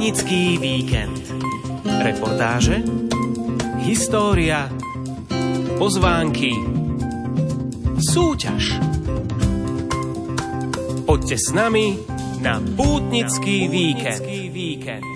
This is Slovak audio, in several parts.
Pútnický víkend. Reportáže, história, pozvánky, súťaž. Poďte s nami na Pútnický víkend.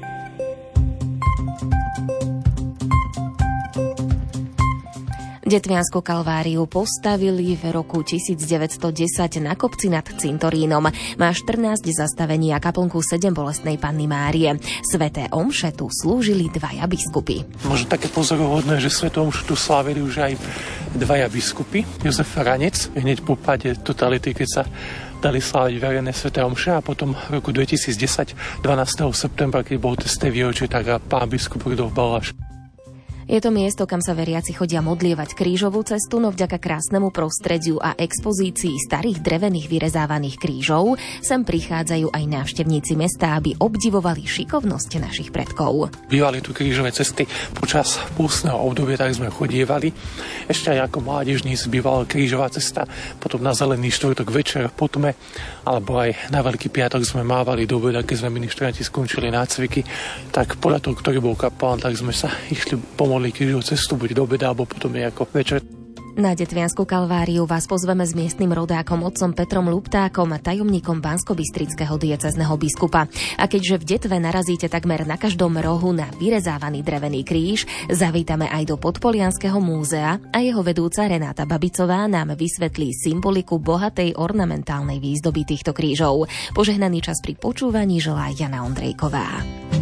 Detviansku kalváriu postavili v roku 1910 na kopci nad cintorínom. Má 14 zastavení a kaplnku 7 Bolestnej Panny Márie. Sväté omše tu slúžili dvaja biskupy. Možno také pozorovodné, že svätú omšu tu slávili už aj dvaja biskupy. Jozef Ranec, hneď po páde totality, keď sa dali sláviť verejné sväté omše, a potom v roku 2010, 12. septembra, keď bol testé výročie, tak a pán biskup Rudolf Baláš. Je to miesto, kam sa veriaci chodia modlievať krížovú cestu, no vďaka krásnemu prostrediu a expozícii starých drevených vyrezávaných krížov sem prichádzajú aj návštevníci mesta, aby obdivovali šikovnosť našich predkov. Bývali tu krížové cesty počas pústneho obdobia, tak sme chodievali. Ešte aj ako mládežníci bývala krížová cesta, potom na Zelený štvrtok večer po tme, alebo aj na Veľký piatok sme mávali do obeda, keď sme ministranti skončili nácviky, tak podľa toho, ktorý bol kapelán, tak sme sa išli pomodliť krížovú cestu buď do obeda, alebo potom nejako večer. Na Detviansku kalváriu vás pozveme s miestnym rodákom otcom Petrom Luptákom, tajomníkom banskobystrického diecézneho biskupa. A keďže v Detve narazíte takmer na každom rohu na vyrezávaný drevený kríž, zavítame aj do Podpolianskeho múzea a jeho vedúca Renáta Babicová nám vysvetlí symboliku bohatej ornamentálnej výzdoby týchto krížov. Požehnaný čas pri počúvaní želá Jana Ondrejková.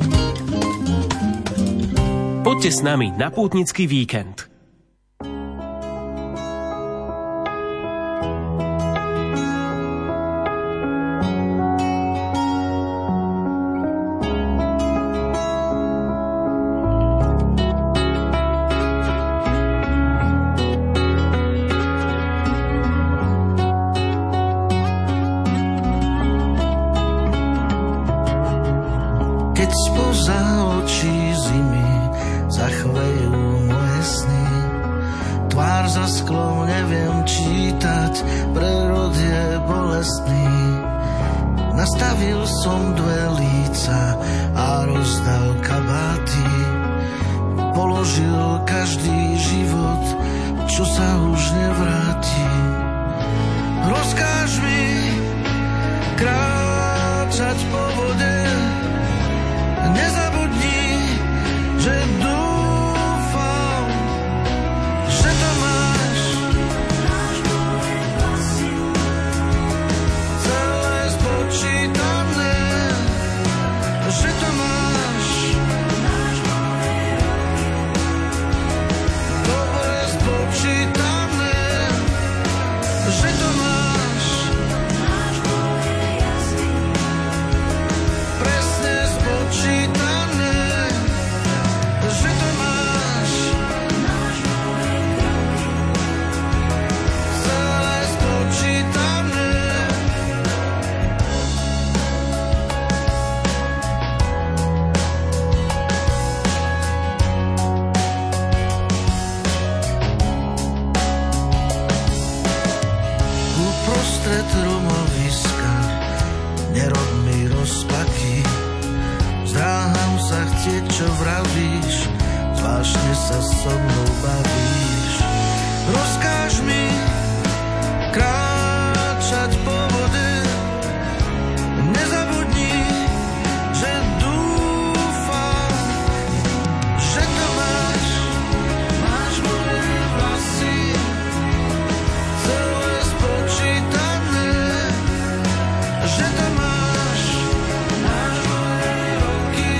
Poďte s nami na Pútnický víkend. Keď spoza očí zimy zachvejú moje sny, tvár za sklom neviem čítať, prerod je bolestný. Nastavil som dve líca a rozdal kabáty, položil každý život, čo sa už nevráti. Rozkáž mi kráčať po vode, nezabudni, že dúfam, že to máš. Celé spočítané, že to máš. Dobre spočítané, že to máš. Presne spočítané, že to máš. Celé spočítané. Uprostred rumoviska nerob mi rozpaky, zdráham sa chcieť, čo vravíš, zvláštne sa so mnou bavíš. Rozkáž mi kráčať po vode, nezabudni, že dúfam, že to máš. Máš moje vlasy, celé spočítané, že to máš. Máš moje roky,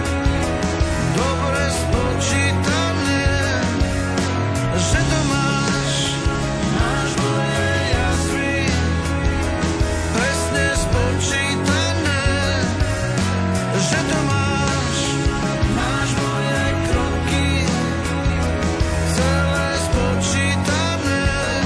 dobre spočítané, že to máš. Máš moje jazvy, presne spočítané, že to máš. Máš moje kroky, celé spočítané.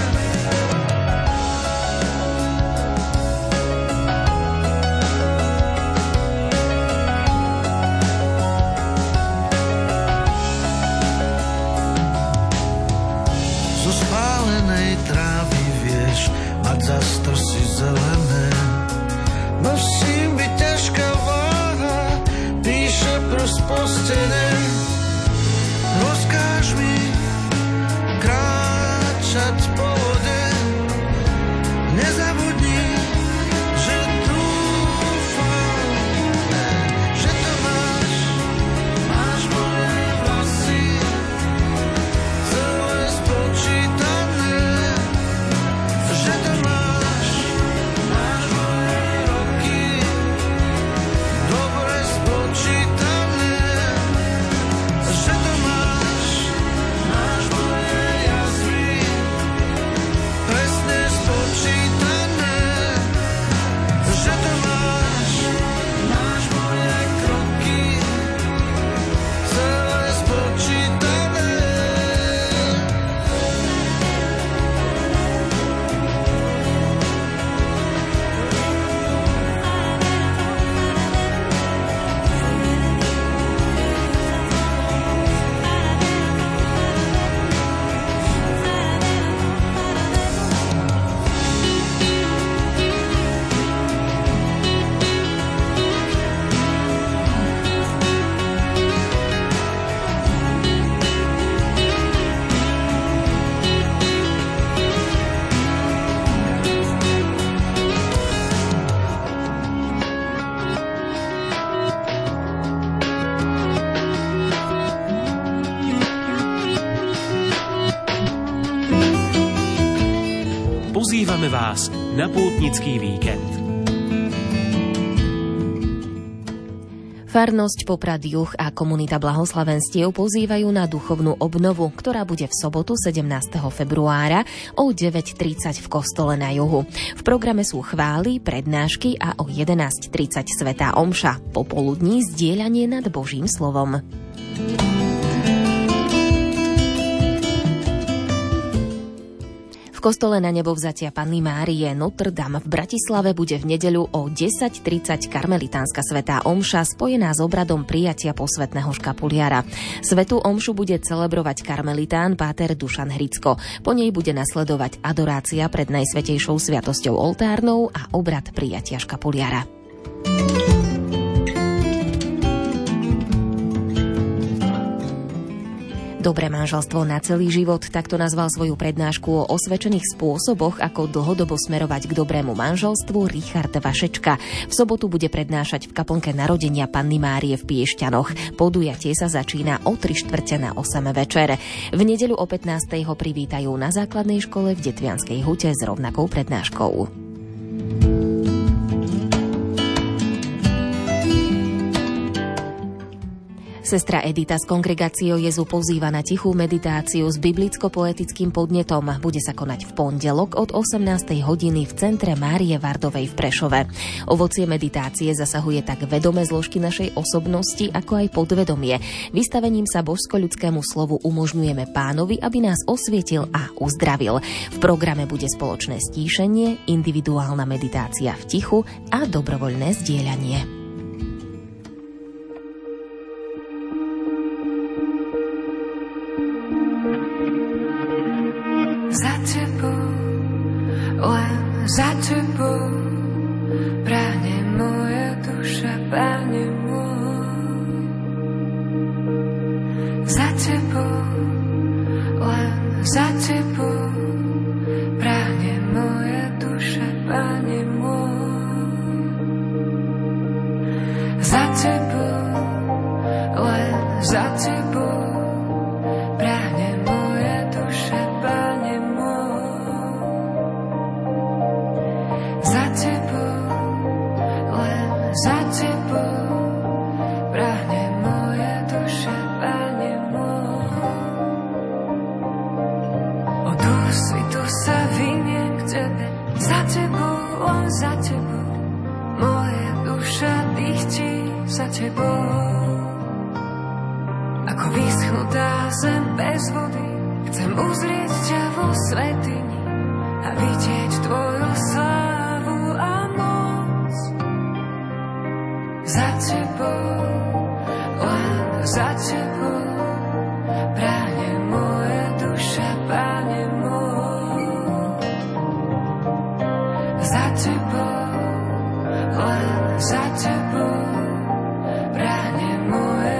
Zo spálenej trávy vieš mať zastrsy zelené. Musí byť ťažká váha, ty rozpostené. Rozkáž mi kráčať po vode. Nezabudni, že dúfam, že to máš. Máš moje vlasy celé spočítané. Že to máš. Máš moje roky dobre spočítané. Že to máš. Máš moje jazvy presne spočítané. Že to máš. Máš moje kroky celé spočítané. Pozývame vás na pútnický víkend. Farnosť Poprad Juh a komunita Blahoslavenstiev pozývajú na duchovnú obnovu, ktorá bude v sobotu 17. februára o 9:30 v kostole na Juhu. V programe sú chvály, prednášky a o 11:30 svätá omša. Popoludní zdieľanie nad Božím slovom. V kostole na nebovzatia Panny Márie Notre Dame v Bratislave bude v nedeľu o 10:30 karmelitánska svätá omša spojená s obradom prijatia posvätného škapuliara. Svätú omšu bude celebrovať karmelitán páter Dušan Hricko. Po nej bude nasledovať adorácia pred najsvätejšou sviatosťou oltárnou a obrad prijatia škapuliara. Dobré manželstvo na celý život, takto nazval svoju prednášku o osvedčených spôsoboch, ako dlhodobo smerovať k dobrému manželstvu Richard Vašečka. V sobotu bude prednášať v kaplnke narodenia Panny Márie v Piešťanoch. Podujatie sa začína o 7:45 večer. V nedeľu o 15:00 ho privítajú na základnej škole v Detvianskej Hute s rovnakou prednáškou. Sestra Edita z kongregáciou Jezu pozýva na tichú meditáciu s biblicko-poetickým podnetom. Bude sa konať v pondelok od 18:00 hodiny v centre Márie Vardovej v Prešove. Ovocie meditácie zasahuje tak vedomé zložky našej osobnosti, ako aj podvedomie. Vystavením sa božsko-ľudskému slovu umožňujeme Pánovi, aby nás osvietil a uzdravil. V programe bude spoločné stíšenie, individuálna meditácia v tichu a dobrovoľné zdieľanie. Za tebou práhne moja duša, Pane môj. Za tebou, len za tebou práhne moja duša, Pane môj. Za tebou, len za tebou práhne moja duša, Pane môj. Za tebou, len za tebou práhne moja duša, Pane môj. O Duchu Svitu sa vyniem k tebe, za tebou, len za tebou moja duša dýchti za tebou. Ako vyschnutá zem bez vody, chcem uzrieť ťa vo svätyni a vidieť tvoju slávu a moc. Za tebou, len za tebou práhne moja duša, Pane môj. Za tebou, len za tebou práhne moja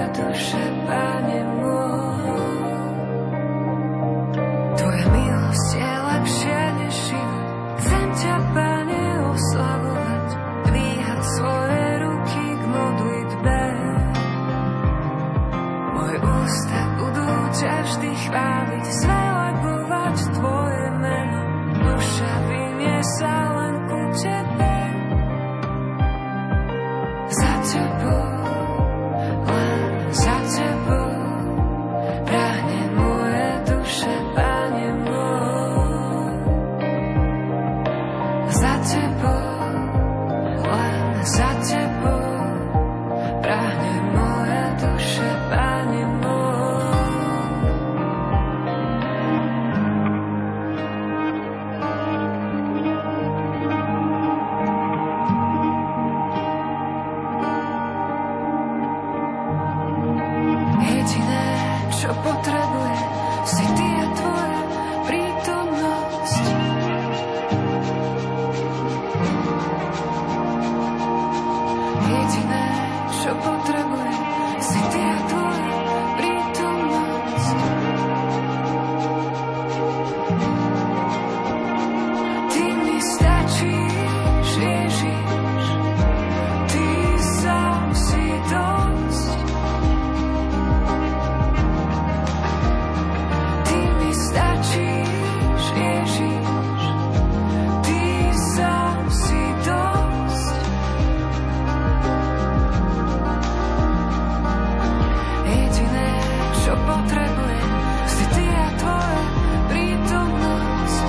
lepšie než iný. Chcem ťa, Pane, oslavovať, dvíhať svoje ruky k modlitbe. Moje ústa budú ťa vždy chváliť, zvelebovať tvoje meno. Duša vynie sa len ku tebe. Za tebou, len za tebou prahne moje duše, Pane môj. Za tebou, len za tebou prahne moje duše, Pane môj. Jediné, čo potrebujem, si ty a tvoja prítomnosť. Jediné, čo potrebujem, si ty a tvoja prítomnosť. Ty mi stačíš, Ježiš, ty sám si dosť. Ty mi stačíš, Ježiš, ty sám si dosť. Jediné, čo potrebujem, si ty a tvoja prítomnosť.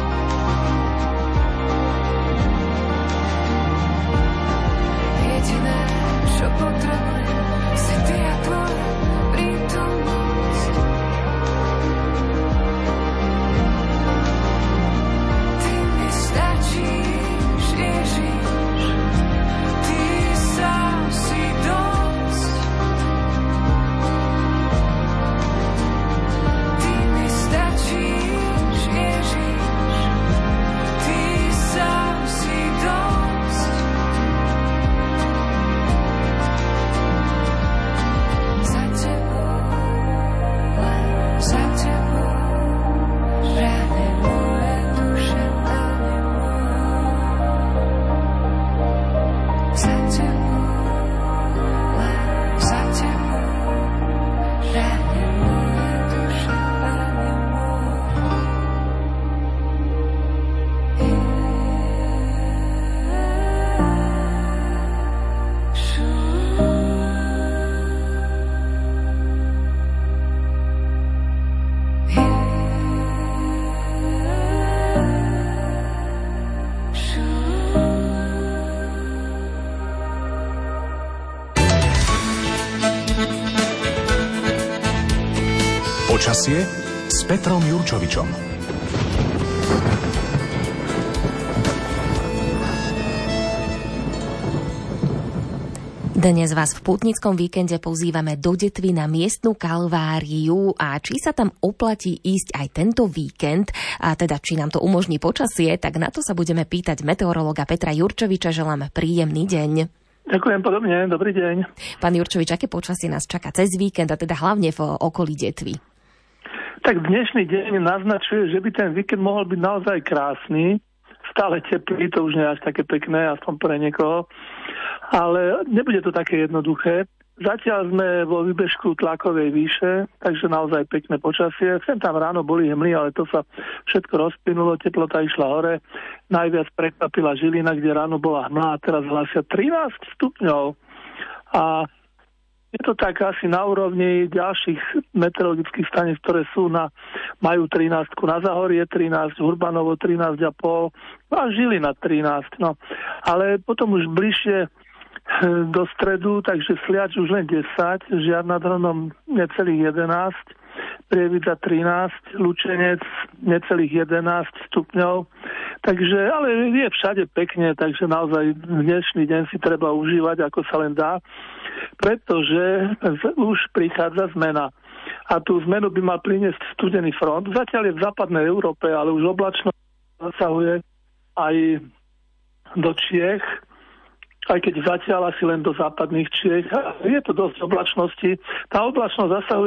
Jediné, čo potrebujem, si ty a tvoja prítomnosť. Ty mi stačíš, Ježiš, ty sám si dosť. Ty mi stačíš, Ježiš, ty sám si dosť. Za tebou, len za tebou prahne moje duše, Pane môj. Za tebou, len za tebou prahne moje duše, Pane Počasie s Petrom Jurčovičom. Dnes vás v pútnickom víkende pozývame do Detvy na miestnu kalváriu a či sa tam oplatí ísť aj tento víkend, a teda či nám to umožní počasie, tak na to sa budeme pýtať meteorológa Petra Jurčoviča. Želám príjemný deň. Ďakujem podobne, dobrý deň. Pán Jurčovič, aké počasie nás čaká cez víkend a teda hlavne v okolí Detvy? Tak dnešný deň naznačuje, že by ten víkend mohol byť naozaj krásny. Stále teplý, to už nie je až také pekné, aspoň pre niekoho. Ale nebude to také jednoduché. Zatiaľ sme vo výbežku tlakovej výše, takže naozaj pekné počasie. Sem tam ráno boli hmly, ale to sa všetko rozplynulo, teplota išla hore. Najviac prekvapila Žilina, kde ráno bola hmla a teraz hlásia 13 stupňov. A je to tak asi na úrovni ďalších meteorologických staníc, ktoré majú 13, na Zahorie 13, Urbanovo 13,5 a Žilina 13. No. Ale potom už bližšie do stredu, takže Sliač už len 10, Žiar nad Hronom necelých 11, Prievidza 13, Lučenec necelých 11 stupňov. Takže, ale je všade pekne, takže naozaj dnešný deň si treba užívať, ako sa len dá, pretože už prichádza zmena. A tú zmenu by mal priniesť studený front. Zatiaľ je v západnej Európe, ale už oblačnosť zasahuje aj do Čiech, aj keď zatiaľ asi len do západných Čiech. Je to dosť oblačnosti. Tá oblačnosť zasahuje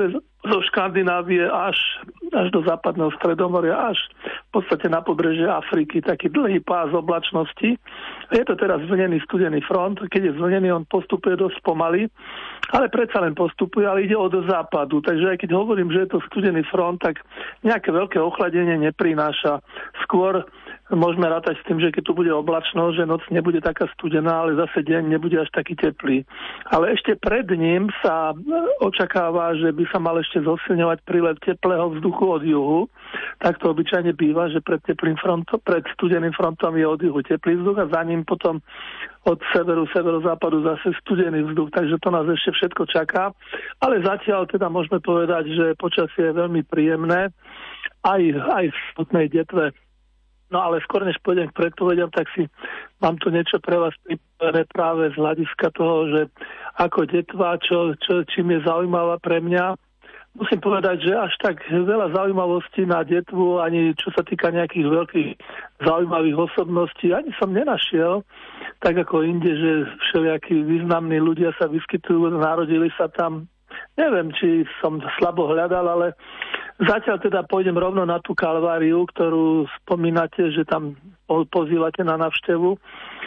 zo Škandinávie až do západného Stredomoria, až v podstate na pobrežie Afriky, taký dlhý pás oblačnosti. Je to teraz zvlnený studený front, keď je zvlnený, on postupuje dosť pomaly, ale predsa len postupuje, ale ide od západu. Takže aj keď hovorím, že je to studený front, tak nejaké veľké ochladenie neprináša. Skôr môžeme rátať s tým, že keď tu bude oblačnosť, že noc nebude taká studená, ale zase deň nebude až taký teplý. Ale ešte pred ním sa očakáva, že by sa mal ešte zosilňovať prílev teplého vzduchu od juhu. Tak to obyčajne býva, že pred studeným frontom je od juhu teplý vzduch a za ním potom od severu, severozápadu zase studený vzduch, takže to nás ešte všetko čaká. Ale zatiaľ teda môžeme povedať, že počasie je veľmi príjemné aj v samotnej Detve. No ale skôr než pôjdem k predpovediam, tak si mám tu niečo pre vás pripravené práve z hľadiska toho, že ako Detva, čím je zaujímavá pre mňa. Musím povedať, že až tak veľa zaujímavostí na Detvu, ani čo sa týka nejakých veľkých zaujímavých osobností, ani som nenašiel, tak ako inde, že všelijakí významní ľudia sa vyskytujú, narodili sa tam. Neviem, či som slabo hľadal, ale zatiaľ teda pôjdem rovno na tú Kalváriu, ktorú spomínate, že tam pozývate na návštevu.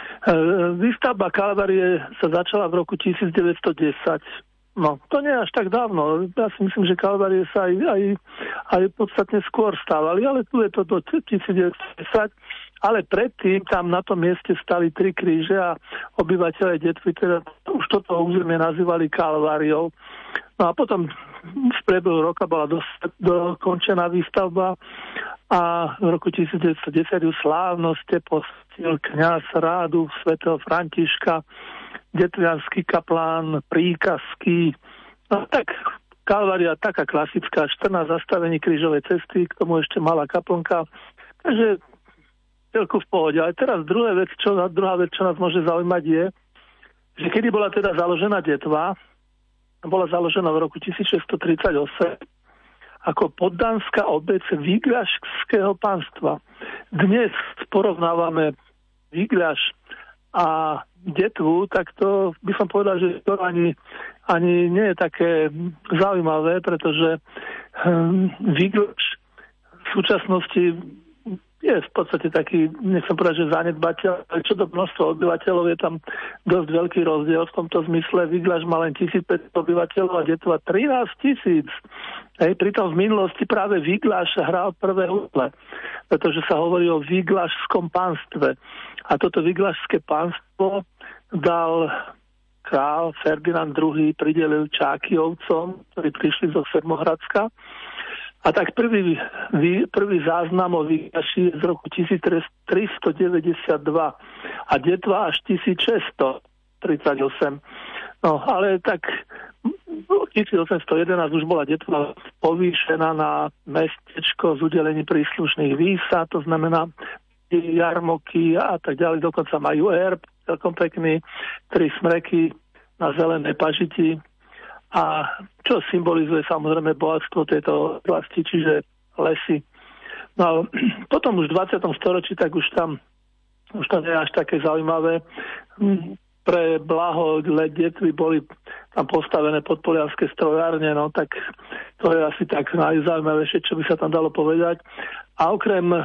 Výstavba Kalvárie sa začala v roku 1910. No, to nie je až tak dávno. Ja si myslím, že Kalvárie sa aj podstatne skôr stávali, ale tu je to do 1910. Ale predtým tam na tom mieste stali 3 kríže a obyvateľe Detvy teda už toto územie nazývali Kalváriou. No a potom v priebehu roka bola dokončená výstavba a v roku 1910 ju slávnosti postil kňaz rádu svätého Františka, detviansky kaplán, príkazky. No tak Kalvária taká klasická, 14 zastavení krížovej cesty, k tomu ešte malá kaplnka. Takže celku v pohode. Ale teraz druhá vec, čo nás môže zaujímať je, že kedy bola teda založená Detva, bola založená v roku 1638 ako poddánska obec Vigľašského panstva. Dnes porovnávame Vigľaš a Detvu, tak to by som povedal, že to ani nie je také zaujímavé, pretože Vigľaš v súčasnosti je v podstate taký, nechcem povedať, že zanedbateľ, ale čo do množstva obyvateľov je tam dosť veľký rozdiel v tomto zmysle. Vigľaš má len 1500 obyvateľov a Detva 13 000. Pritom v minulosti práve Vigľaš hral prvé útle, pretože sa hovorí o Vigľašskom pánstve. A toto Vigľašské pánstvo dal král Ferdinand II, pridelil Čákyovcom, ktorí prišli zo Sedmohradska. A tak prvý záznam o Vigľaši je z roku 1392 a Detva až 1638. No, ale tak 1811 už bola Detva povýšená na mestečko s udelením príslušných výsad, to znamená jarmoky a tak ďalej, dokonca majú erb, celkom pekný, 3 smreky na zelené pažiti. A čo symbolizuje samozrejme bohatstvo tejto oblasti, čiže lesy. No a potom už v 20. storočí, tak už to nie je až také zaujímavé. Pre blaho Detvy boli tam postavené podpoliarské strojárne, no tak to je asi tak najzaujímavejšie, čo by sa tam dalo povedať. A okrem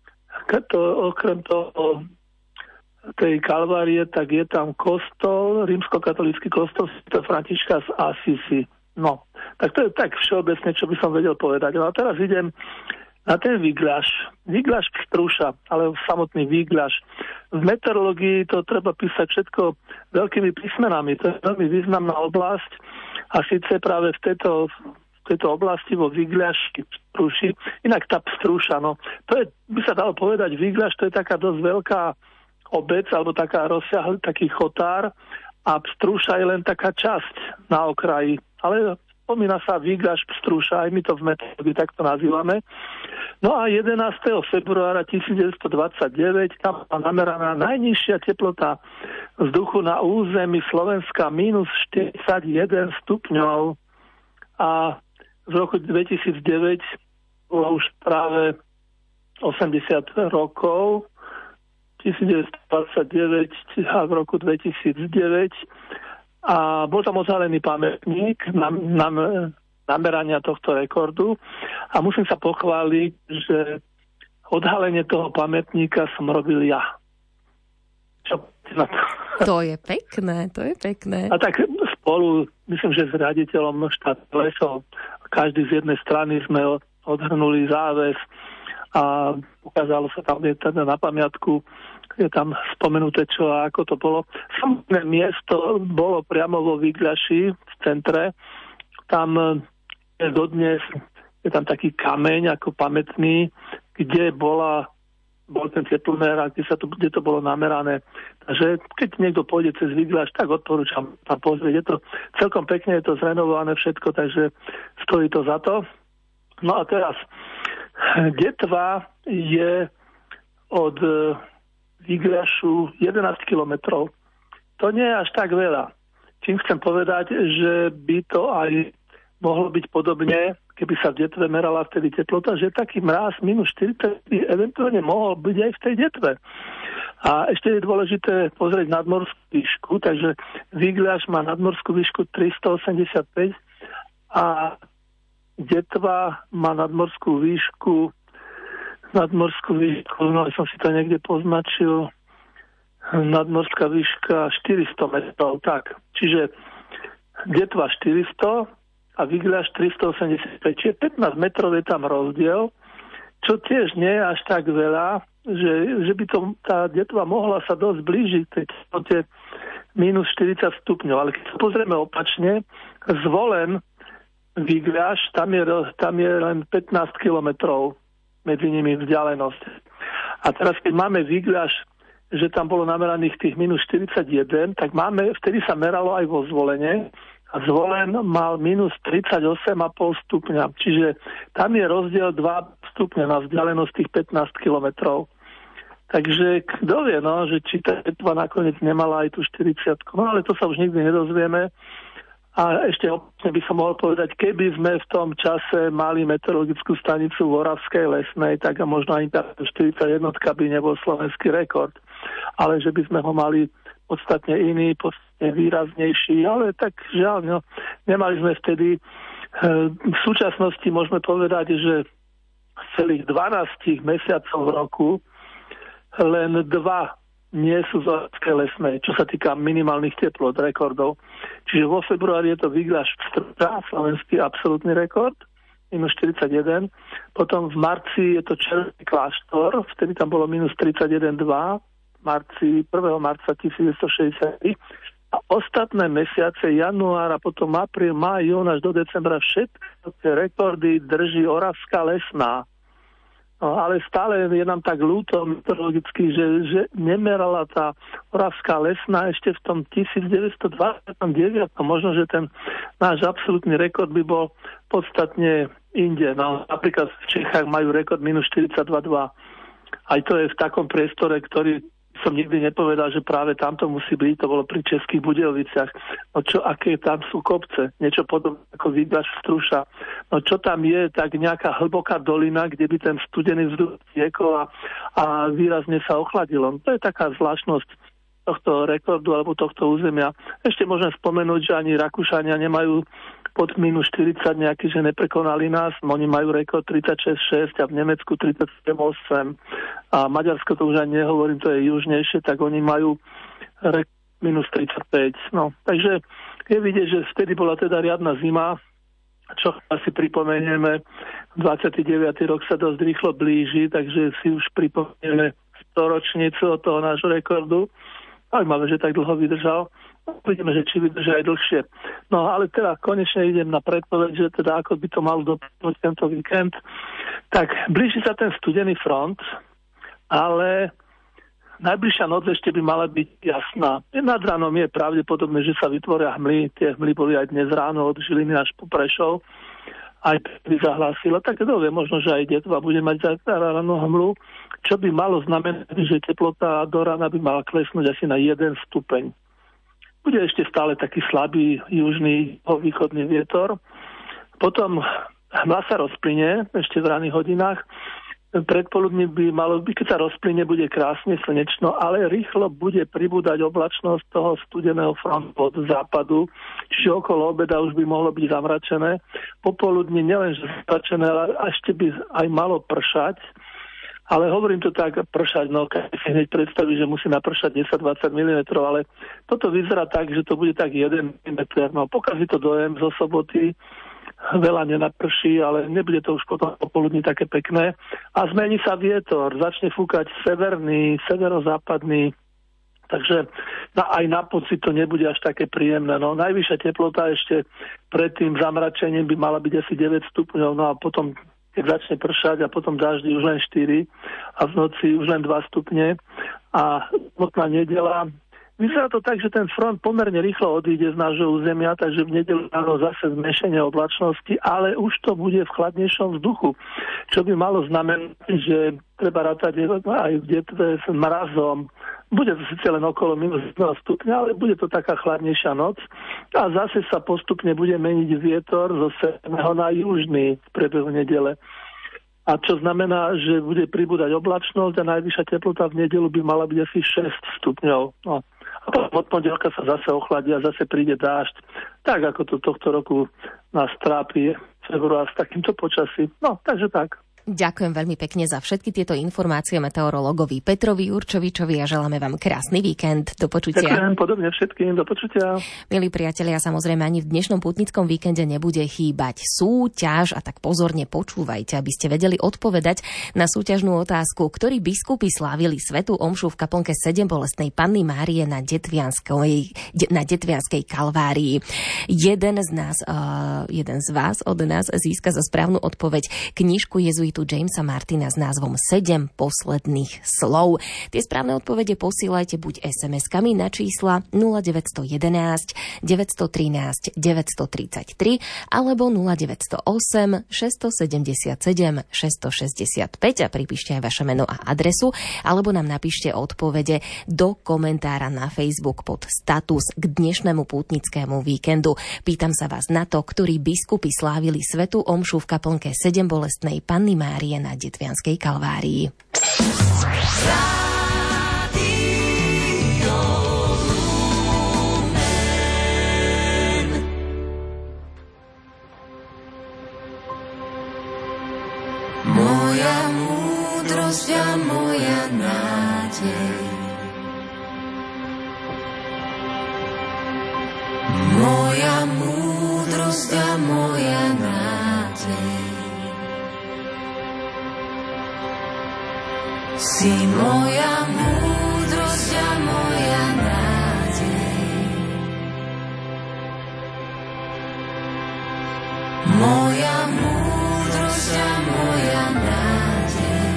toho tej Kalvárie, tak je tam kostol, rímskokatolícky kostol svätého Františka z Assisi. No, tak to je tak všeobecne, čo by som vedel povedať. No a teraz idem na ten Vigľaš. Vigľaš Pstrúša, ale samotný Vigľaš. V meteorológii to treba písať všetko veľkými písmenami. To je veľmi významná oblasť a síce práve v tejto oblasti vo Vigľašky Pstrúši. Inak tá Pstrúša, no, to je, by sa dalo povedať, Vigľaš, to je taká dosť veľká obec, alebo taká rozsiahly, taký chotár a Pstrúša je len taká časť na okraji. Ale spomína sa Vigľaš Pstrúša, aj my to v meteorológii takto nazývame. No a 11. februára 1929 tam bola nameraná najnižšia teplota vzduchu na území Slovenska minus 41 stupňov. A v roku 2009 bolo už práve 80 rokov, 1929 a v roku 2009 a bol tam odhalený pamätník namerania tohto rekordu a musím sa pochváliť, že odhalenie toho pamätníka som robil ja. Čo na to? To je pekné, to je pekné. A tak spolu, myslím, že s riaditeľom štátnych lesov, každý z jednej strany sme odhrnuli záves a ukázalo sa tam, je teda na pamiatku, je tam spomenuté, čo a ako to bolo. Samotné miesto bolo priamo vo Vigľaši v centre. Tam je dodnes, je tam taký kameň ako pamätný, kde bol ten teplomer a kde to bolo namerané. Takže keď niekto pôjde cez Vigľaš, tak odporúčam tam pozrieť. Je to celkom pekne, je to zrenovované všetko, takže stojí to za to. No a teraz Detva je od Vigľašu 11 kilometrov. To nie je až tak veľa. Čím chcem povedať, že by to aj mohlo byť podobne, keby sa v Detve merala vtedy teplota, že taký mráz minus 40 eventuálne mohol byť aj v tej Detve. A ešte je dôležité pozrieť nadmorskú výšku, takže Vigľaš má nadmorskú výšku 385 a Detva má nadmorskú výšku, no som si to niekde poznačil, nadmorská výška 400 metrov, tak. Čiže Detva 400 a Vigľaš 385, čiže 15 metrov je tam rozdiel, čo tiež nie je až tak veľa, že by to, tá Detva mohla sa dosť blížiť tej teplote minus 40 stupňov, ale keď sa pozrieme opačne, Zvolen Vigľaš, tam je len 15 kilometrov medzi nimi vzdialenosť. A teraz, keď máme Vigľaš, že tam bolo nameraných tých minus 41, tak vtedy sa meralo aj vo Zvolene a Zvolen mal minus 38,5 stupňa. Čiže tam je rozdiel 2 stupňa na vzdialenosť tých 15 kilometrov. Takže kto vie, že či tá Detva nakoniec nemala aj tú 40. No ale to sa už nikdy nedozvieme. A ešte opäť by som mohol povedať, keby sme v tom čase mali meteorologickú stanicu v Oravskej lesnej, tak a možno ani tá 41 by nebol slovenský rekord. Ale že by sme ho mali podstatne iný, podstatne výraznejší. Ale tak žiaľ, nemali sme vtedy. V súčasnosti môžeme povedať, že z celých 12 mesiacov v roku len 2 nie sú z Oravskej lesnej, čo sa týka minimálnych teplot, rekordov. Čiže vo februári je to Vigľaš slovenský absolútny rekord, minus 41. Potom v marci je to Červený kláštor, vtedy tam bolo minus 31,2, 1. marca 1963. A ostatné mesiace, január a potom apríl, máj, jún až do decembra, všetky tie rekordy drží Oravská lesná. No, ale stále je nám tak ľúto meteorologicky, že nemerala tá Oravská lesná ešte v tom 1929. Možno, že ten náš absolútny rekord by bol podstatne inde. No, napríklad v Čechách majú rekord minus 42,2. Aj to je v takom priestore, ktorý som nikdy nepovedal, že práve tam to musí byť, to bolo pri Českých Budejoviciach. No aké tam sú kopce, niečo podobné ako Vigľaš Struša. No čo tam je, tak nejaká hlboká dolina, kde by ten studený vzduch tiekol a výrazne sa ochladilo. No, to je taká zvláštnosť tohto rekordu alebo tohto územia. Ešte môžem spomenúť, že ani Rakúšania nemajú pod minus 40 nejaký, že neprekonali nás. Oni majú rekord 36,6 a v Nemecku 37,8. A Maďarsko, to už ani nehovorím, to je južnejšie, tak oni majú rekord minus 35. No, takže je vidieť, že vtedy bola teda riadna zima, čo asi pripomenieme. 29. rok sa dosť rýchlo blíži, takže si už pripomenieme 100-ročnicu od toho nášho rekordu. Zaujímavé, že tak dlho vydržal. Uvidíme, že či vydrží aj dlhšie. No ale teda konečne idem na predpoveď, že teda ako by to malo dopadnúť tento víkend. Tak blíži sa ten studený front, ale najbližšia noc ešte by mala byť jasná. Nad ránom je pravdepodobné, že sa vytvoria hmly. Tie hmly boli aj dnes ráno od Žiliny až po Prešov. Aj by zahlásilo. Tak kto vie, možno, že aj Detva bude mať ráno hmlu, čo by malo znamenať, že teplota do rána by mala klesnúť asi na 1 stupeň. Bude ešte stále taký slabý južný východný vietor. Potom hmla sa rozplynie ešte v ranných hodinách. Predpoludní by malo byť, keď sa rozplyne, bude krásne slnečno, ale rýchlo bude pribúdať oblačnosť toho studeného frontu od západu, čiže okolo obeda už by mohlo byť zamračené. Popoludní nielenže zamračené, ale ešte by aj malo pršať. Ale hovorím to tak, pršať, no keď si hneď predstaví, že musí napršať 10-20 mm, ale toto vyzerá tak, že to bude tak 1 mm. No pokazí to dojem zo soboty, veľa nenaprší, ale nebude to už potom popoludní také pekné. A zmení sa vietor, začne fúkať severný, severozápadný, takže aj na pocit to nebude až také príjemné. No, najvyššia teplota ešte pred tým zamračením by mala byť asi 9 stupňov, no a potom keď začne pršať a potom daždi už len 4 a v noci už len 2 stupne a notná nedeľa. Vyzerá to tak, že ten front pomerne rýchlo odíde z nášho územia, takže v nedeľu ráno zase zmenšenie oblačnosti, ale už to bude v chladnejšom vzduchu, čo by malo znamenať, že treba rátať aj v detve s mrazom. Bude to síce len okolo minus 1 stupňa, ale bude to taká chladnejšia noc a zase sa postupne bude meniť vietor zo severného na južný v priebehu nedele. A čo znamená, že bude pribúdať oblačnosť a najvyššia teplota v nedeľu by mala byť asi 6 stupňov. No. A potom od pondelka sa zase ochladí a zase príde dážď. Tak ako to tohto roku nás trápi február s takýmto počasím. No, takže tak. Ďakujem veľmi pekne za všetky tieto informácie meteorologovi Petrovi Jurčovičovi a želáme vám krásny víkend. Do počutia. Ďakujem podobne všetkým. Do počutia. Milí priatelia, samozrejme ani v dnešnom pútnickom víkende nebude chýbať súťaž a tak pozorne počúvajte, aby ste vedeli odpovedať na súťažnú otázku, ktorí biskupy slávili svätú omšu v kaplnke 7 bolestnej Panny Márie na Detvianskej Kalvárii. Jeden z vás od nás získa za správnu odpoveď knižku jezuitu Jamesa Martina s názvom 7 posledných slov. Tie správne odpovede posílajte buď SMS-kami na čísla 0911 913 933 alebo 0908 677 665 a pripíšte aj vaše meno a adresu, alebo nám napíšte odpovede do komentára na Facebook pod status k dnešnému pútnickému víkendu. Pýtam sa vás na to, ktorí biskupy slávili svätú omšu v kaplnke 7 bolestnej Panny Márie na Detvianskej Kalvárii. Moja múdrosť a moja nádej, moja múdrosť a moja nádej. Si moja múdrosť a moja nádej. Moja múdrosť a moja nádej.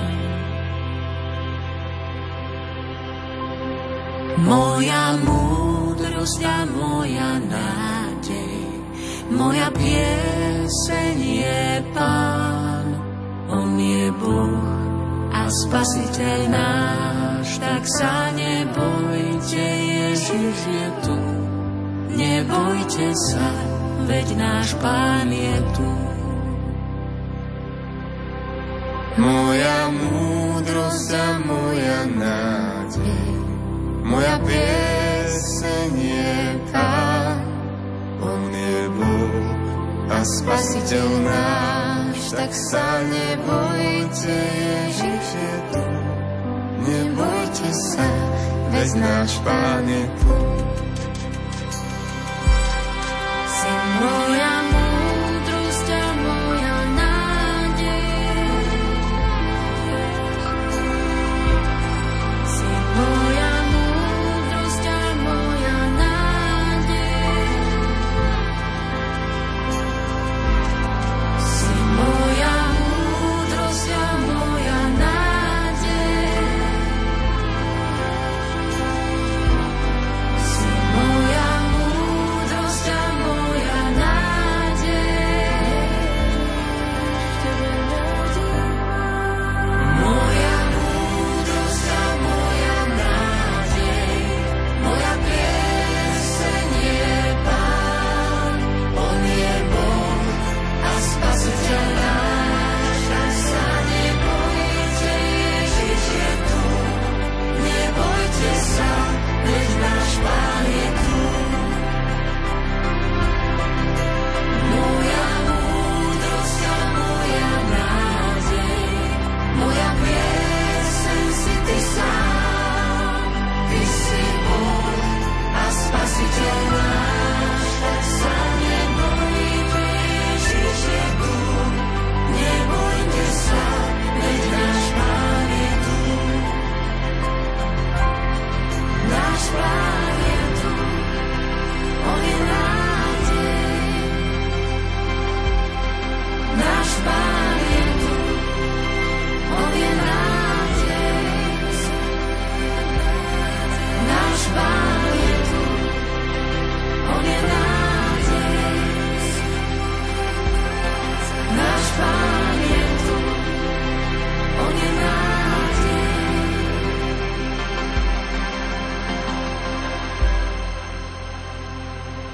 Moja múdrosť a moja nádej. Moja pieseň je Pán, on je Boh a Spasiteľ náš, tak sa nebojte, Ježiš je tu. Nebojte sa, veď náš Pán je tu. Moja múdrosť a moja nádej, moja pieseň je Pán, on je Boh a Spasiteľ náš, tak sa nebojte, Ježiš je tu. Nebojte sa, veď náš Pán je tu. Si moja múdrosť a moja nádej. Si moja múdrosť a moja nádej. Si moja múdrosť a moja nádej. Si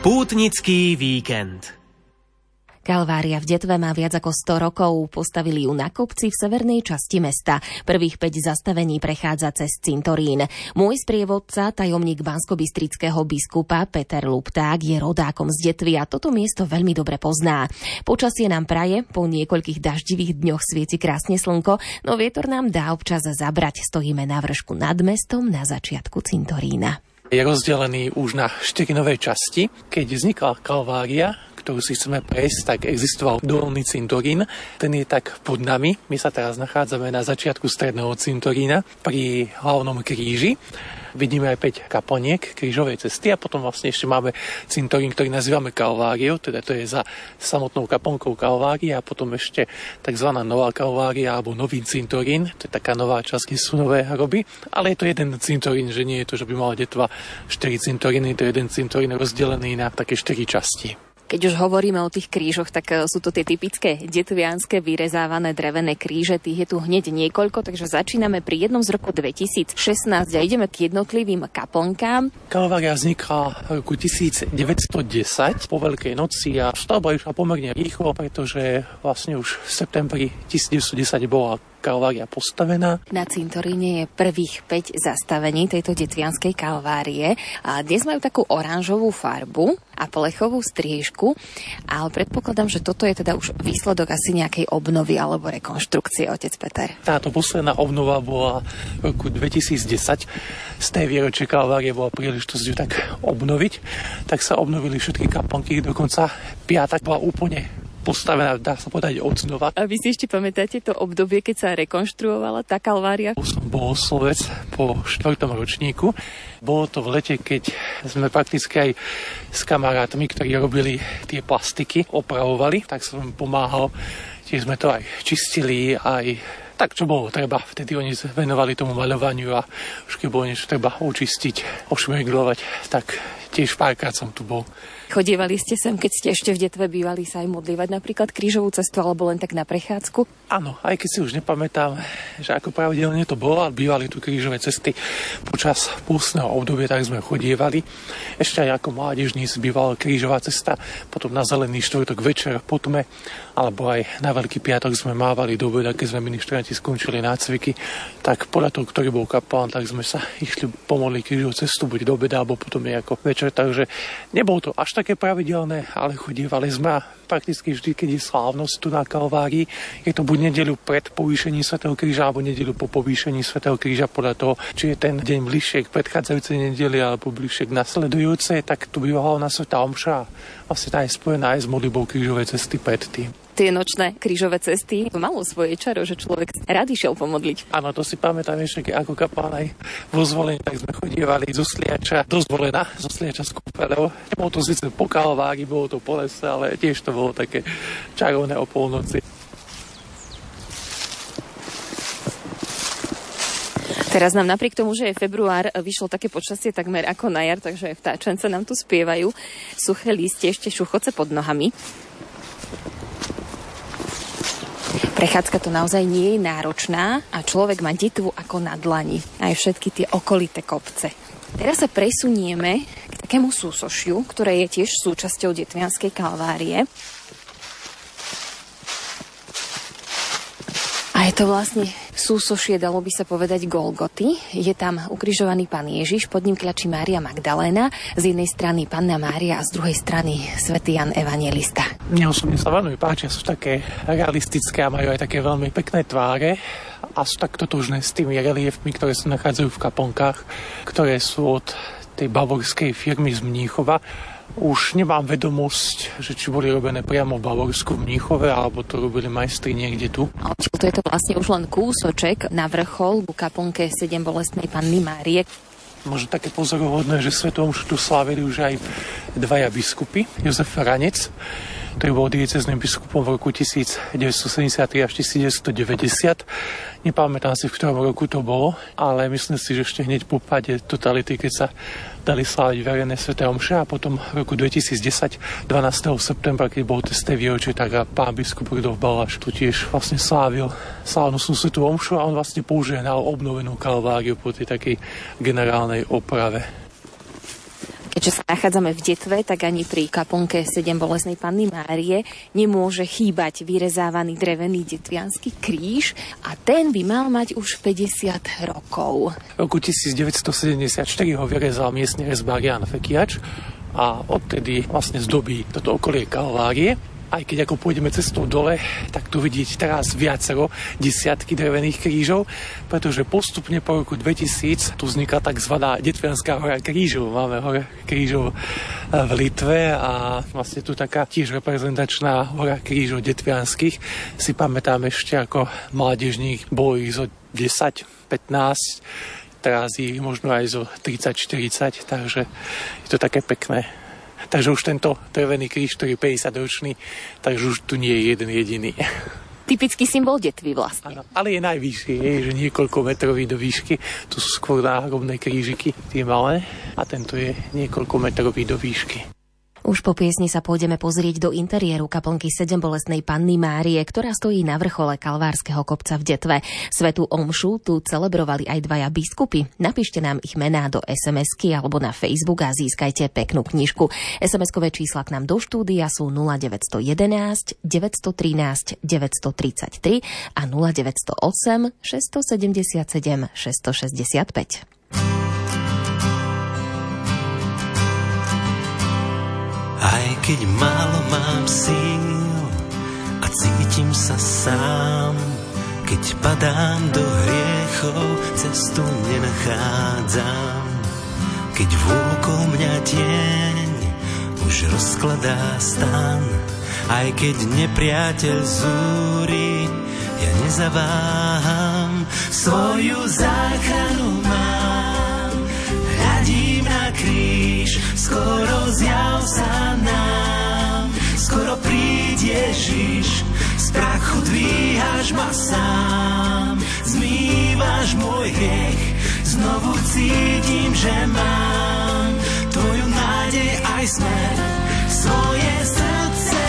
Pútnický víkend. Kalvária v Detve má viac ako 100 rokov. Postavili ju na kopci v severnej časti mesta. Prvých 5 zastavení prechádza cez cintorín. Môj sprievodca, tajomník banskobystrického biskupa Peter Lupták, je rodákom z Detvy a toto miesto veľmi dobre pozná. Počasie nám praje, po niekoľkých daždivých dňoch svieti krásne slnko, no vietor nám dá občas zabrať. Stojíme na vršku nad mestom na začiatku cintorína. Je rozdelený už na 4 nové časti. Keď vznikla Kalvária, ktorú si chceme prejsť, tak existoval dolný cintorín. Ten je tak pod nami. My sa teraz nachádzame na začiatku stredného cintorína pri hlavnom kríži. Vidíme aj 5 kaplniek krížovej cesty a potom vlastne ešte máme cintorín, ktorý nazývame Kalváriou, teda to je za samotnou kaplnkou Kalvárie a potom ešte tzv. Nová Kalvária alebo nový cintorín, to je taká nová časť, kde sú nové hroby, ale je to jeden cintorín, že nie je to, že by mala Detva 4 cintoríny, to je jeden cintorín rozdelený na také 4 časti. Keď už hovoríme o tých krížoch, tak sú to tie typické detvianske vyrezávané drevené kríže. Tých je tu hneď niekoľko, takže začíname pri jednom z roku 2016 a ideme k jednotlivým kaplnkám. Kalvária vznikla v roku 1910 po Veľkej noci a stavba išla pomerne rýchlo, pretože vlastne už v septembri 1910 bola Kalvária postavená. Na cintoríne je prvých 5 zastavení tejto detvianskej Kalvárie. A dnes majú takú oranžovú farbu a plechovú striežku, ale predpokladám, že toto je teda už výsledok asi nejakej obnovy alebo rekonštrukcie, otec Peter. Táto posledná obnova bola v roku 2010. Z tej výročie Kalvárie bola príležitosť ju tak obnoviť. Tak sa obnovili všetky kaplnky, dokonca piata bola úplne postavená, dá sa povedať, od znova. A vy si ešte pamätáte to obdobie, keď sa rekonštruovala tá Kalvária? Som bol slovec po 4. ročníku. Bolo to v lete, keď sme prakticky aj s kamarátmi, ktorí robili tie plastiky, opravovali, tak som pomáhal. Tiež sme to aj čistili, aj tak, čo bolo treba. Vtedy oni venovali tomu maľovaniu a už keď bolo niečo treba očistiť, ošmeglovať, tak tiež párkrát som tu bol. Chodievali ste sem, keď ste ešte v Detve bývali, sa aj modlívať napríklad krížovú cestu alebo len tak na prechádzku? Áno, aj keď si už nepamätám, že ako pravidelne to bolo, ale bývali tu krížové cesty počas pústneho obdobia, tak sme chodievali. Ešte aj ako mládežníci bývala krížová cesta, potom na Zelený štvrtok večer po tme, alebo aj na Veľký piatok sme mávali do obeda, keď sme ministranti skončili nácviky, tak podľa toho, ktorý bol kapelán, tak sme sa išli pomodliť krížovú cestu, buď do obeda, alebo potom je ako večer, takže nebolo to až také pravidelné, ale chodievali sme a prakticky vždy, keď je slávnosť tu na Kalvárii, je to buď nedeľu pred povýšením Svätého kríža alebo nedeľu po povýšení Svätého kríža, podľa toho, či je ten deň bližšie k predchádzajúcej nedeli alebo bližšie k nasledujúcej, tak tu bývala na svätá omša a vlastne tá je spojená aj s modlitbou krížovej cesty predtým. Tie nočné krížové cesty malo svoje čaro, že človek rád išiel pomodliť. Áno, to si pamätám ešte, ako kapelán aj vo Zvolení, tak sme chodievali zo Sliača do Zvolena, zo Sliača s kúpeľou. Nebolo to síce po Kalvárii, bolo to po lese, ale tiež to bolo také čarovné o polnoci. Teraz nám napriek tomu, že je február, vyšlo také počasie takmer ako na jar, takže vtáčence nám tu spievajú. Suché listie, ešte šuchoce pod nohami. Prechádzka to naozaj nie je náročná a človek má Detvu ako na dlani. Aj všetky tie okolité kopce. Teraz sa presunieme k takému súsošiu, ktoré je tiež súčasťou detvianskej Kalvárie. A je to vlastne súsošie, dalo by sa povedať, Golgoty. Je tam ukrižovaný Pán Ježiš, pod ním kľačí Mária Magdaléna, z jednej strany Panna Mária a z druhej strany svätý Ján Evanjelista. Mne osobne sa veľmi páčia, sú také realistické a majú aj také veľmi pekné tváre a sú tak totožné s tými reliefmi, ktoré sa nachádzajú v kaplnkách, ktoré sú od tej bavorskej firmy z Mníchova. Už nemám vedomosť, že či boli robené priamo v Bavorsku v Mníchove, alebo to robili majstri niekde tu. To je to vlastne už len kúsoček na vrchol ku kaplnke 7 bolestnej Panny Márie. Možno také pozoruhodné, že svetom už tu slávili už aj dvaja biskupy. Jozef Ranec, ktorý bol diecézným biskupom v roku 1973 až 1990. Nepamätám si, v ktorom roku to bolo, ale myslím si, že ešte hneď po páde totality, keď sa dali sláviť verejné sväté omše a potom v roku 2010, 12. septembra, keď bol testé výročie, tak pán biskup Rudolf Baláš tu tiež vlastne slávil slávnostnú svätú omšu a on vlastne požehnal obnovenú Kalváriu po tej takej generálnej oprave. Keďže sa nachádzame v Detve, tak ani pri kaplnke 7 Bolestnej Panny Márie nemôže chýbať vyrezávaný drevený detviansky kríž a ten by mal mať už 50 rokov. V roku 1974 ho vyrezal miestny rezbár Ján Fekiač a odtedy vlastne zdobí toto okolie Kalvárie. Aj keď ako pôjdeme cestou dole, tak tu vidieť teraz viacero desiatky drevených krížov, pretože postupne po roku 2000 tu vzniká tzv. Detvianská hora krížov. Máme hora krížov v Litve a vlastne tu taká tiež reprezentačná hora krížov detvianských. Si pamätám ešte ako mládežník, bolo ich zo 10, 15, teraz ich možno aj zo 30-40, takže je to také pekné. Takže už tento drevený kríž, ktorý je 50-ročný, takže už tu nie je jeden jediný. Typický symbol Detvy vlastne. Áno, ale je najvyšší, že niekoľko metrový do výšky. Tu sú skôr náhrobné krížiky, tie malé, a tento je niekoľko metrový do výšky. Už po piesni sa pôjdeme pozrieť do interiéru kaplnky 7 Bolestnej Panny Márie, ktorá stojí na vrchole Kalvárskeho kopca v Detve. Svätú omšu tu celebrovali aj dvaja biskupy. Napíšte nám ich mená do SMS-ky alebo na Facebook a získajte peknú knižku. SMS-kové čísla k nám do štúdia sú 0911 913 933 a 0908 677 665. Aj keď málo mám síl a cítim sa sám, keď padám do hriechov, cestu nenachádzam. Keď vôkol mňa tieň už rozkladá stan, aj keď nepriateľ zúri, ja nezaváham. Svoju záchranu mám, hľadím na kríž, skoro zjav sa nám, skoro príď Ježiš, z prachu dvíhaš ma sám, zmývaš môj hriech, znovu cítim, že mám tvoju nádej aj smer, svoje srdce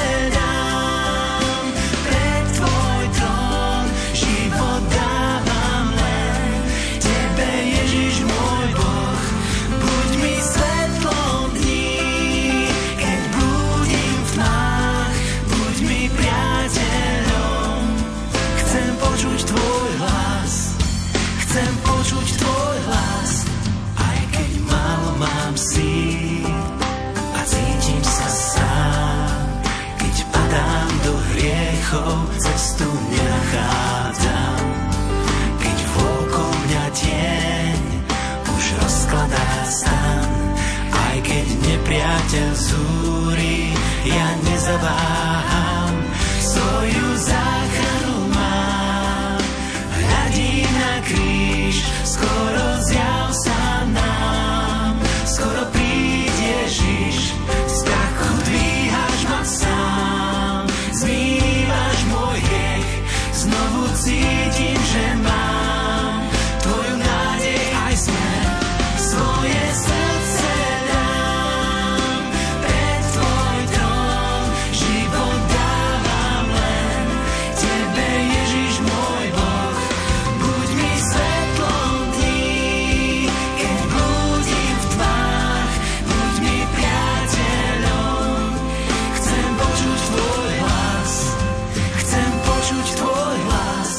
dám, pred tvoj trón život dávam len tebe, Ježiš môj Boh, buď mi svetlom dní, keď blúdim v tmách, buď mi priateľom, chcem počuť tvoj hlas, chcem počuť tvoj hlas, aj keď málo mám síl a cítim sa sám, keď padám do hriechov, cestu nenachádzam, keď vôkol mňa tieň už rozkladá stan, aj keď nepriateľ zúri, ja nezaváham, svoju záchranu mám, hľadím na kríž, skoro zjav sa nám, skoro príď Ježiš, z prachu dvíhaš ma sám, zmývaš môj hriech, znovu cítim, že mám tvoju nádej aj smer, svoje srdce dám, pred tvoj trón život dávam len tebe, Ježiš môj Boh, buď mi svetlom dní, keď blúdim v tmách, buď mi priateľom, chcem počuť tvoj hlas, chcem počuť tvoj hlas.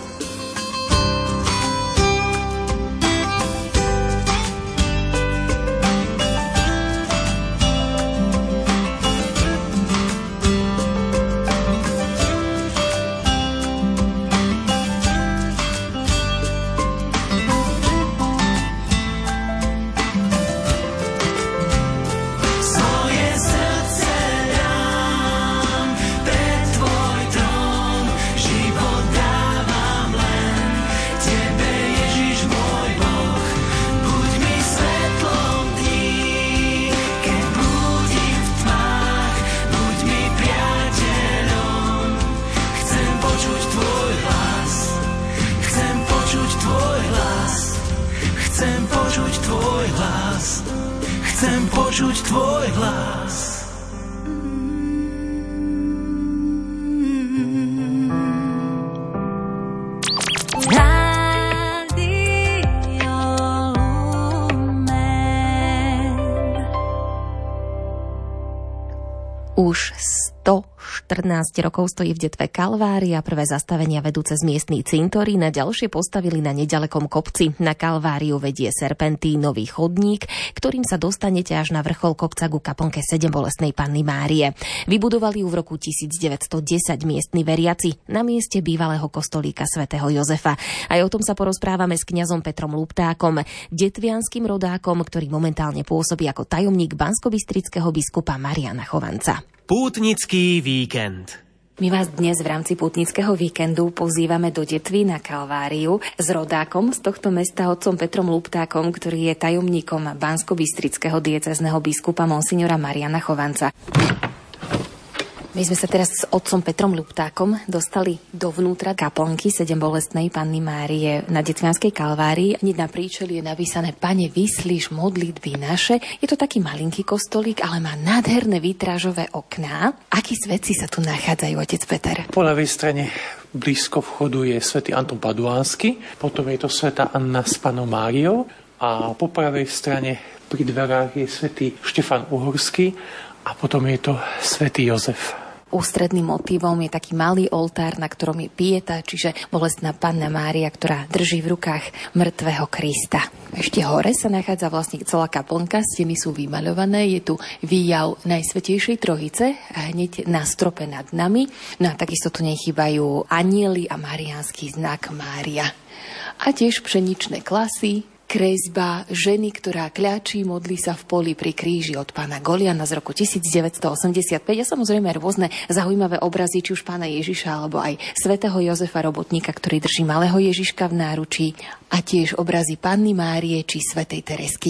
Svoje srdce dám, pred tvoj trón život dávam len tebe, Ježiš môj Boh, buď mi svetlom dní, keď blúdim v tmách, buď mi priateľom, chcem počuť tvoj hlas, chcem počuť tvoj hlas, chcem počuť tvoj hlas, chcem počuť tvoj hlas. Radio Lumen. Už 114 rokov stojí v Detve Kalvária, prvé zastavenia vedú cez miestny cintorín a ďalšie postavili na nedalekom kopci. Na Kalváriu vedie serpentínový chodník, ktorým sa dostanete až na vrchol kopca ku kaplnke Sedembolestnej Panny Márie. Vybudovali ju v roku 1910 miestni veriaci na mieste bývalého kostolíka svätého Jozefa. Aj o tom sa porozprávame s kňazom Petrom Luptákom, detvianskym rodákom, ktorý momentálne pôsobí ako tajomník banskobystrického biskupa Mariana Chovanca. Pútnický víkend. My vás dnes v rámci pútnického víkendu pozývame do Detvy na Kalváriu s rodákom z tohto mesta, otcom Petrom Luptákom, ktorý je tajomníkom banskobystrického diecézneho biskupa monsignora Mariana Chovanca. My sme sa teraz s otcom Petrom Luptákom dostali dovnútra kaplnky Sedembolestnej Panny Márie na Detvianskej Kalvárii. Hneď na príčeli je napísané: Pane, vyslíš modlitby naše. Je to taký malinký kostolík, ale má nádherné vitrážové okná. Akí svätci sa tu nachádzajú, otec Peter? Po ľavej strane blízko vchodu je svätý Anton Paduánsky, potom je to svätá Anna s Pannou Máriou a po pravej strane pri dverách je svätý Štefan Uhorský a potom je to svätý Jozef. Ústredným motívom je taký malý oltár, na ktorom je pieta, čiže bolestná Panna Mária, ktorá drží v rukách mŕtvého Krista. Ešte hore sa nachádza vlastne celá kaplnka, steny sú vymaľované, je tu výjav Najsvätejšej Trojice a hneď na strope nad nami. No a takisto tu nechýbajú anjeli a mariánsky znak Mária. A tiež pšeničné klasy, kresba ženy, ktorá kľačí, modlí sa v poli pri kríži od pána Goliana z roku 1985 a samozrejme rôzne zaujímavé obrazy, či už pána Ježiša alebo aj svätého Jozefa Robotníka, ktorý drží malého Ježiška v náručí, a tiež obrazy Panny Márie či svätej Teresky.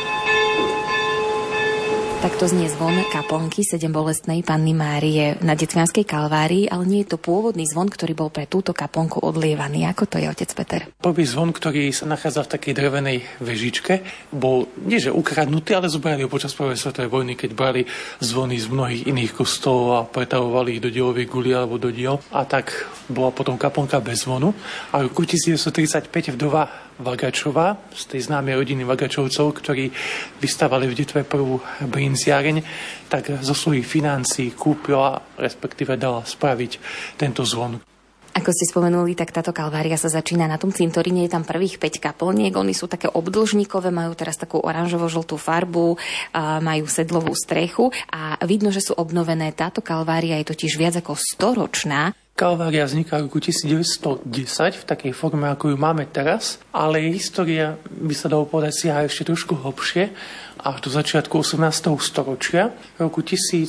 Takto znie zvon kaplnky Sedembolestnej Panny Márie na Detvianskej Kalvárii, ale nie je to pôvodný zvon, ktorý bol pre túto kaplnku odlievaný. Ako to je, otec Peter? Prvý zvon, ktorý sa nachádza v takej drevenej vežičke, bol nie že ukradnutý, ale zobrali ho počas prvej svetovej vojny, keď brali zvony z mnohých iných kostolov a pretavovali ich do dielovej guly alebo do diel. A tak bola potom kaplnka bez zvonu. A v roku 1935 vdova Vagačová z tej známej rodiny Vagačovcov, ktorí vystavali v Detve prvú brinciareň, tak zo svojich financií kúpila, respektíve dala spraviť tento zvon. Ako ste spomenuli, tak táto Kalvária sa začína na tom cintoríne, je tam prvých 5 kaplniek, oni sú také obdĺžnikové, majú teraz takú oranžovo-žltú farbu, majú sedlovú strechu a vidno, že sú obnovené. Táto Kalvária je totiž viac ako 100-ročná. Kalvária vzniká v roku 1910 v takej forme, ako ju máme teraz, ale história, by sa dalo povedať, siaha ešte trošku hlbšie, až do začiatku 18. storočia. V roku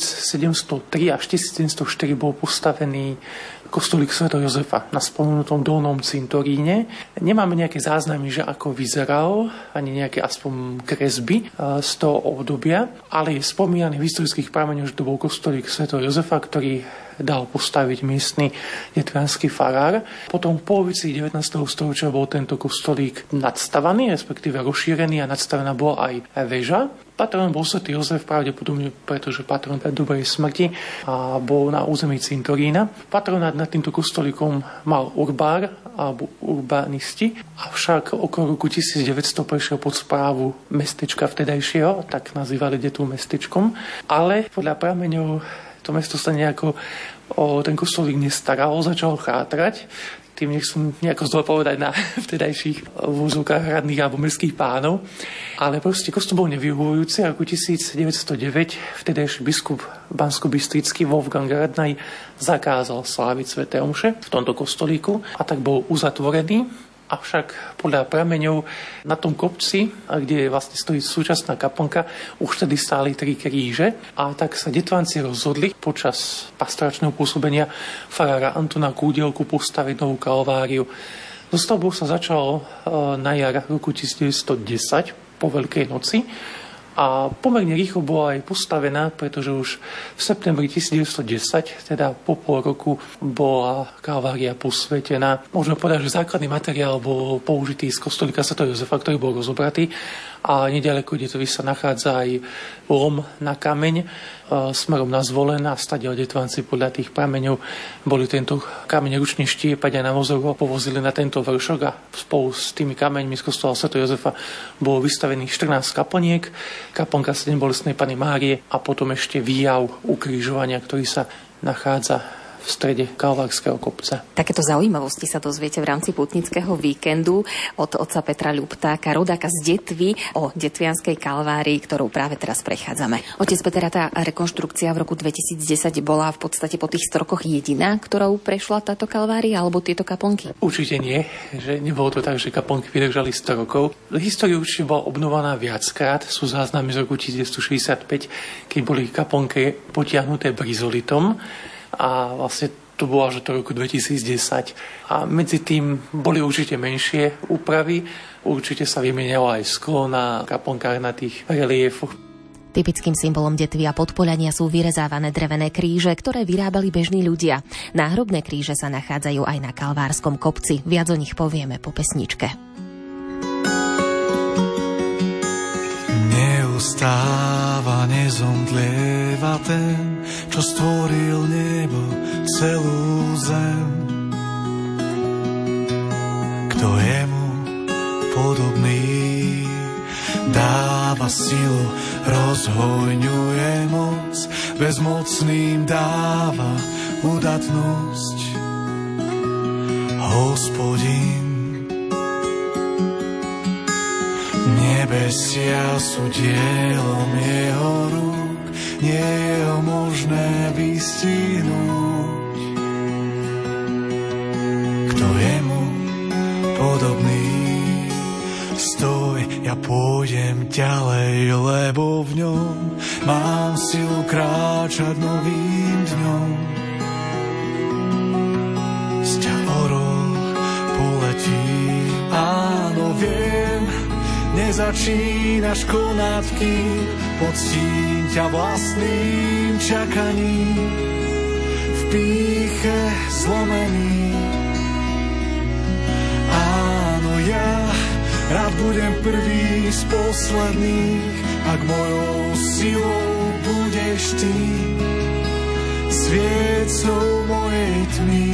1703 až 1704 bol postavený kostolík svätého Jozefa na spomenutom dolnom cintoríne. Nemáme nejaké záznamy, že ako vyzeral, ani nejaké aspoň kresby z toho obdobia, ale je spomínaný v historických prameňoch, že to bol kostolík svätého Jozefa, ktorý dal postaviť miestny detviansky farár. Potom v polovici 19. storočia bol tento kostolík nadstavaný, respektíve rozšírený a nadstavená bola aj väža. Patron bol svätý Jozef pravdepodobne, pretože patron dobrej smrti a bol na území cintorína. Patronát nad týmto kostolíkom mal urbár alebo urbanisti, avšak okolo roku 1900 prešiel pod správu mestečka vtedajšieho, tak nazývali Detvu mestečkom, ale podľa prameňov to mesto sa nejako o ten kostolík nestaralo, začalo chátrať. Tým nechcem nejako zle povedať na vtedajších vôzovkách hradných alebo mestských pánov. Ale proste kostol bol nevyhovujúci a v roku 1909 vtedajší biskup banskobystrický Wolfgang Radnaj zakázal sláviť sväté omše v tomto kostolíku a tak bol uzatvorený. Avšak podľa prameňov na tom kopci, kde vlastne stojí súčasná kaplnka, už tedy stáli 3 kríže a tak sa detvanci rozhodli počas pastoračného pôsobenia farára Antona Kúdelku postaviť novú kalváriu. So stavbou sa začalo na jar roku 1910 po Veľkej noci a pomerne rýchlo bola aj postavená, pretože už v septembri 1910, teda po pol roku, bola kalvária posvetená. Môžeme povedať, že základný materiál bol použitý z kostolíka svätého Jozefa, ktorý bol rozobratý a nedaleko Detvy sa nachádza aj lom na kameň smerom na Zvolen a stadiaľ detvanci podľa tých prameňov boli tento kameň ručne štiepať a na vozoch ho povozili na tento vršok a spolu s tými kameňmi z kostola svätého Jozefa bolo vystavených 14 kaplniek. kaplnka 7 bolestnej Panny Márie a potom ešte výjav ukrižovania, ktorý sa nachádza v strede Kalvárskeho kopca. Takéto zaujímavosti sa dozviete v rámci pútnického víkendu od otca Petra Ľuptáka, rodáka z Detvy, o detvianskej kalvárii, ktorou práve teraz prechádzame. Otec Peter, tá rekonštrukcia v roku 2010 bola v podstate po tých 100 rokoch jediná, ktorou prešla táto kalvária alebo tieto kaplnky? Určite nie, že nebolo to tak, že kaplnky vydržali 100 rokov. História určite bola obnovaná viackrát. Sú záznamy z roku 1965, keď boli kaplnky potiahnuté brizolitom. A vlastne to bolo až do roku 2010. A medzi tým boli určite menšie úpravy. Určite sa vymenilo aj sklo na kaplnkách, na tých reliefoch. Typickým symbolom Detvy a Podpoľania sú vyrezávané drevené kríže, ktoré vyrábali bežní ľudia. Náhrobné kríže sa nachádzajú aj na Kalvárskom kopci. Viac o nich povieme po pesničke. Neustáva, nezomdlieva ten, čo stvoril nebo, celú zem. Kto je mu podobný, dáva silu, rozhojňuje moc, bezmocným dáva udatnosť. Hospodin, nebesia sú dielom jeho rúk, nie je ho možné vystihnúť. Kto je mu podobný, stoj, ja pôjdem ďalej, lebo v ňom mám silu kráčať novým dňom. Z ťa orol poletí, áno, viem, nezačínaš konať, kým poctím ťa vlastným čakaním, v pýche zlomený. Áno, ja rád budem prvý z posledných, ak mojou silou budeš ty, sviecou mojej tmy.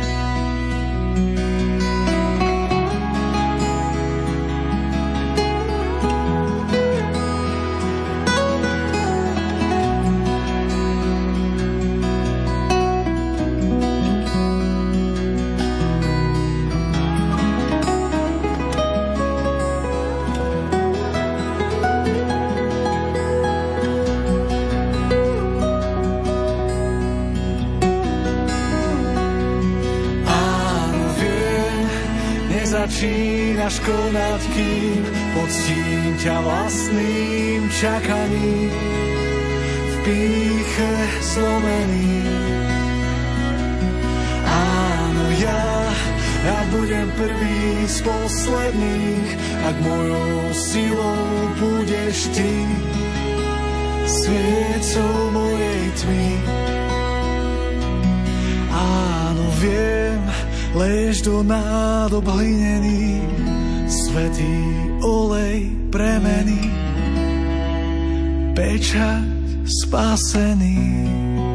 Začínaš konať, kým poctím ťa vlastným čakaním, v pýche zlomený. Áno, ja budem prvý z posledných, ak mojou silou budeš ty, sviecou mojej tmy. Áno, viem, lež do nádob hlinený, svätý olej premeny, pečať spasený.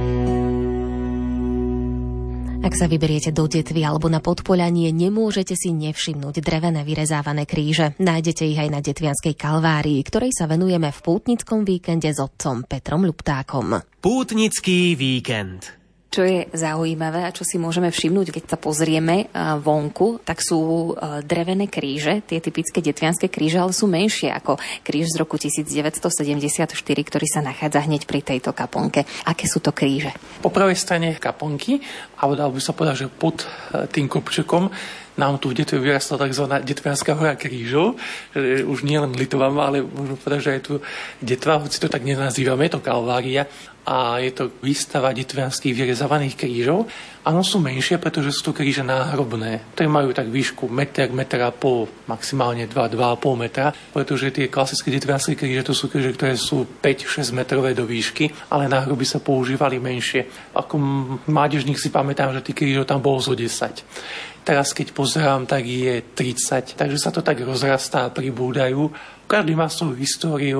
Ak sa vyberiete do Detvy alebo na Podpoľanie, nemôžete si nevšimnúť drevené vyrezávané kríže. Nájdete ich aj na Detvianskej kalvárii, ktorej sa venujeme v pútnickom víkende s otcom Petrom Ľuptákom. Pútnický víkend. Čo je zaujímavé a čo si môžeme všimnúť, keď sa pozrieme vonku, tak sú drevené kríže, tie typické detvianske kríže, ale sú menšie ako kríž z roku 1974, ktorý sa nachádza hneď pri tejto kaplnke. Aké sú to kríže? Po pravej strane kaplnky, alebo dalo by sa povedať, že pod tým kopčekom nám tu v Detve vyrastla tzv. Detvianská hora krížov, že už nie len Litovama, ale môžeme povedať, že aj tu Detva, hoci to tak nenazývame, je to Kalvária, a je to výstava detvianských vyrezávaných krížov. Áno, sú menšie, pretože sú to kríže náhrobné. To majú tak výšku meter, meter a pol, maximálne 2,5 metra, pretože tie klasické detvianské kríže to sú kríže, ktoré sú 5-6 metrové do výšky, ale náhroby sa používali menšie. Ako mládežník si pamätám, že tých krížov tam bolo zo 10. Teraz, keď pozerám, tak je 30, takže sa to tak rozrastá a pribúdajú. Každý má svoju históriu.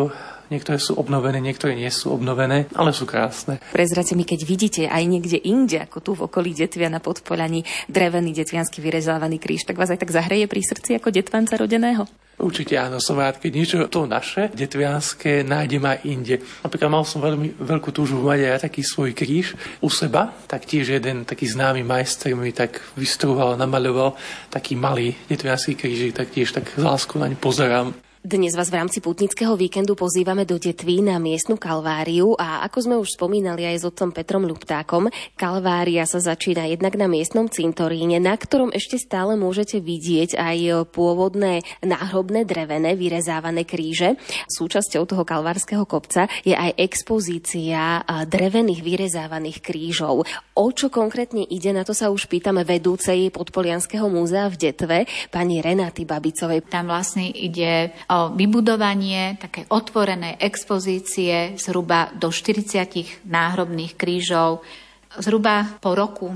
Niektoré sú obnovené, niektoré nie sú obnovené, ale sú krásne. Prezrate mi, keď vidíte aj niekde inde, ako tu v okolí Detvia na Podpolaní, drevený detviansky vyrezávaný kríž, tak vás aj tak zahreje pri srdci ako detvanca rodeného? Určite áno, som rád, keď niečo to naše, detvianské, nájdem aj inde. Napríklad mal som veľmi veľkú túžbu mať aj taký svoj kríž u seba, tak tiež jeden taký známy majster mi tak vystruhal, namaľoval taký malý detviansky kríž, tak tiež tak z láskou naň pozerám. Dnes vás v rámci pútnického víkendu pozývame do Detví na miestnu kalváriu a ako sme už spomínali aj s otcom Petrom Ľuptákom, kalvária sa začína jednak na miestnom cintoríne, na ktorom ešte stále môžete vidieť aj pôvodné náhrobné drevené vyrezávané kríže. Súčasťou toho kalvárskeho kopca je aj expozícia drevených vyrezávaných krížov. O čo konkrétne ide, na to sa už pýtame vedúcej Podpolianskeho múzea v Detve, pani Renaty Babicovej. Tam vlastne ide o vybudovanie také otvorenej expozície zhruba do 40 náhrobných krížov. Zhruba po roku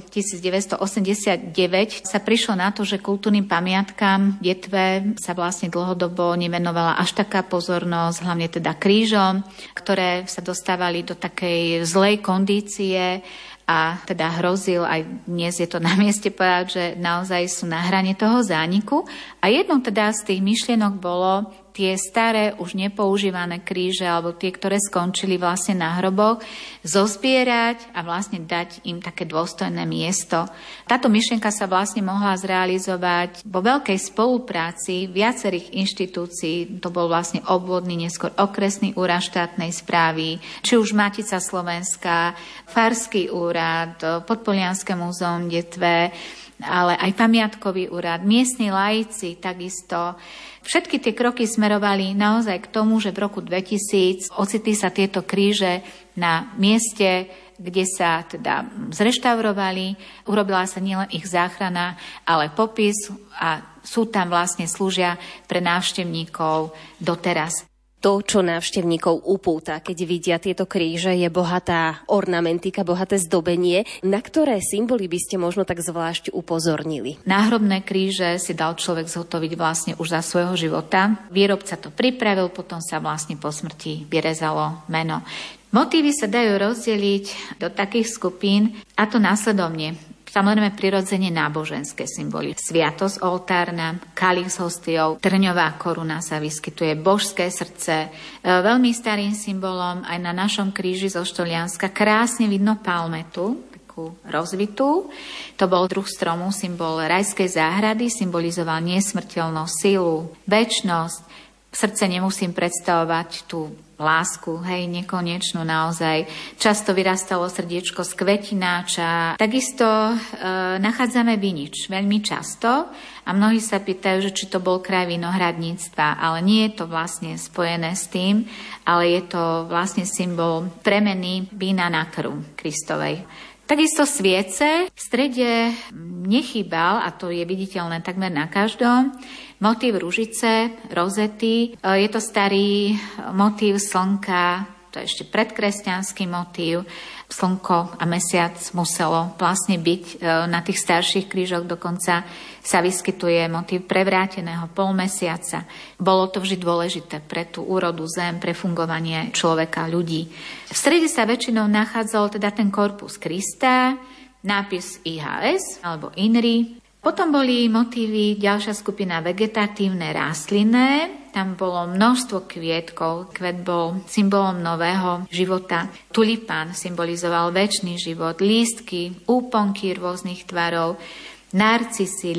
1989 sa prišlo na to, že kultúrnym pamiatkám v Detve sa vlastne dlhodobo nevenovala až taká pozornosť, hlavne teda krížom, ktoré sa dostávali do takej zlej kondície a teda hrozil, aj dnes je to na mieste povedať, že naozaj sú na hrane toho zániku. A jednou teda z tých myšlienok bolo tie staré, už nepoužívané kríže, alebo tie, ktoré skončili vlastne na hroboch, zozbierať a vlastne dať im také dôstojné miesto. Táto myšlienka sa vlastne mohla zrealizovať vo veľkej spolupráci viacerých inštitúcií. To bol vlastne obvodný, neskôr okresný úrad štátnej správy, či už Matica Slovenská, Farský úrad, Podpolianské múzeum v Detve, ale aj pamiatkový úrad, miestni laici takisto. Všetky tie kroky smerovali naozaj k tomu, že v roku 2000 ocitli sa tieto kríže na mieste, kde sa teda zreštaurovali. Urobila sa nielen ich záchrana, ale popis a sú tam vlastne slúžia pre návštevníkov doteraz. To, čo návštevníkov upúta, keď vidia tieto kríže, je bohatá ornamentika, bohaté zdobenie. Na ktoré symboly by ste možno tak zvlášť upozornili? Náhrobné kríže si dal človek zhotoviť vlastne už za svojho života. Výrobca to pripravil, potom sa vlastne po smrti vyrezalo meno. Motívy sa dajú rozdeliť do takých skupín, a to následovne. Samozrejme prirodzene náboženské symboly. Sviatosť oltárna, kalich s hostiou, trňová koruna sa vyskytuje, božské srdce. Veľmi starým symbolom aj na našom kríži zo Štolianska krásne vidno palmetu, takú rozvitú. To bol druh stromu, symbol rajskej záhrady, symbolizoval nesmrteľnosť, silu, večnosť. V srdce nemusím predstavovať tú lásku, nekonečnú naozaj. Často vyrastalo srdiečko z kvetináča. Takisto nachádzame vinič veľmi často a mnohí sa pýtajú, že či to bol kraj vinohradníctva, ale nie je to vlastne spojené s tým, ale je to vlastne symbol premeny vína na krv Kristovej. Takisto sviece v strede nechýbal, a to je viditeľné takmer na každom, motív ružice, rozety. Je to starý motív slnka, to je ešte predkresťanský motív. Slnko a mesiac muselo vlastne byť na tých starších krížoch, dokonca sa vyskytuje motív prevráteného polmesiaca. Bolo to vždy dôležité pre tú úrodu zem, pre fungovanie človeka, ľudí. V strede sa väčšinou nachádzal teda ten korpus Krista, nápis IHS alebo INRI. Potom boli motívy, ďalšia skupina vegetatívne, rastlinné. Tam bolo množstvo kvietkov. Kvet bol symbolom nového života. Tulipán symbolizoval večný život. Lístky, úponky rôznych tvarov. Narcisy,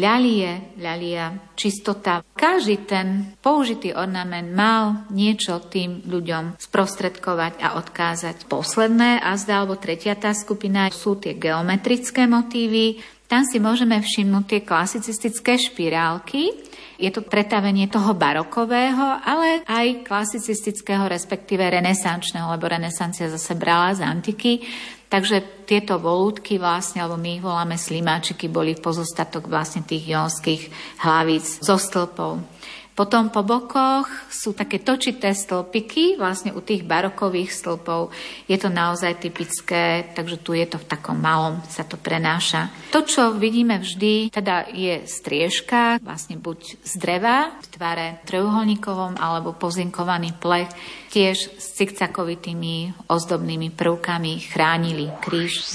ľalia, čistota. Každý ten použitý ornament mal niečo tým ľuďom sprostredkovať a odkázať. Posledné a alebo tretia tá skupina sú tie geometrické motívy. Tam si môžeme všimnúť tie klasicistické špirálky. Je to pretavenie toho barokového, ale aj klasicistického, respektíve renesančného, lebo renesancia zase brala z antiky. Takže tieto volúdky vlastne, alebo my ich voláme slimáčiky, boli pozostatok vlastne tých jónskych hlavíc zo stĺpov. Potom po bokoch sú také točité stĺpiky, vlastne u tých barokových stĺpov je to naozaj typické, takže tu je to v takom malom, sa to prenáša. To, čo vidíme vždy, teda je striežka, vlastne buď z dreva, v tvare trojuholníkovom, alebo pozinkovaný plech, tiež s cikcakovitými ozdobnými prvkami chránili kríž.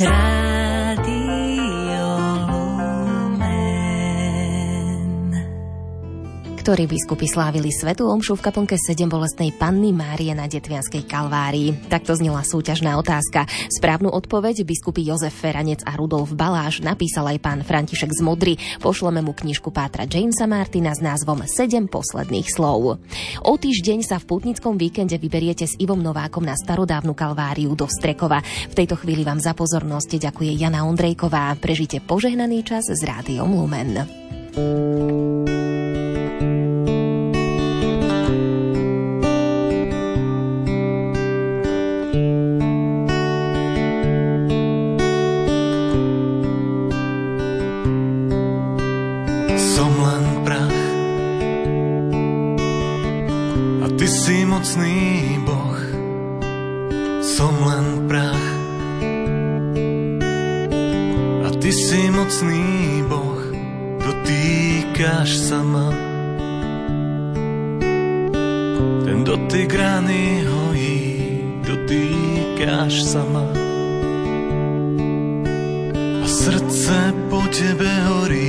Ktorí biskupy slávili svätú omšu v kaplnke 7 bolestnej Panny Márie na Detvianskej Kalvárii. Takto znela súťažná otázka. Správnu odpoveď biskupy Jozef Feranec a Rudolf Baláš napísal aj pán František z Modry. Pošleme mu knižku pátra Jamesa Martina s názvom 7 posledných slov. O týždeň sa v pútnickom víkende vyberiete s Ivom Novákom na starodávnu Kalváriu do Strekova. V tejto chvíli vám za pozornosť ďakuje Jana Ondrejková. Prežite požehnaný čas s Rádiom Lumen. Mocný Boh, som len prach. A ty si mocný Boh, dotýkaš sa ma. Ten dotyk rány hojí, dotýkaš sa ma. A srdce po tebe horí.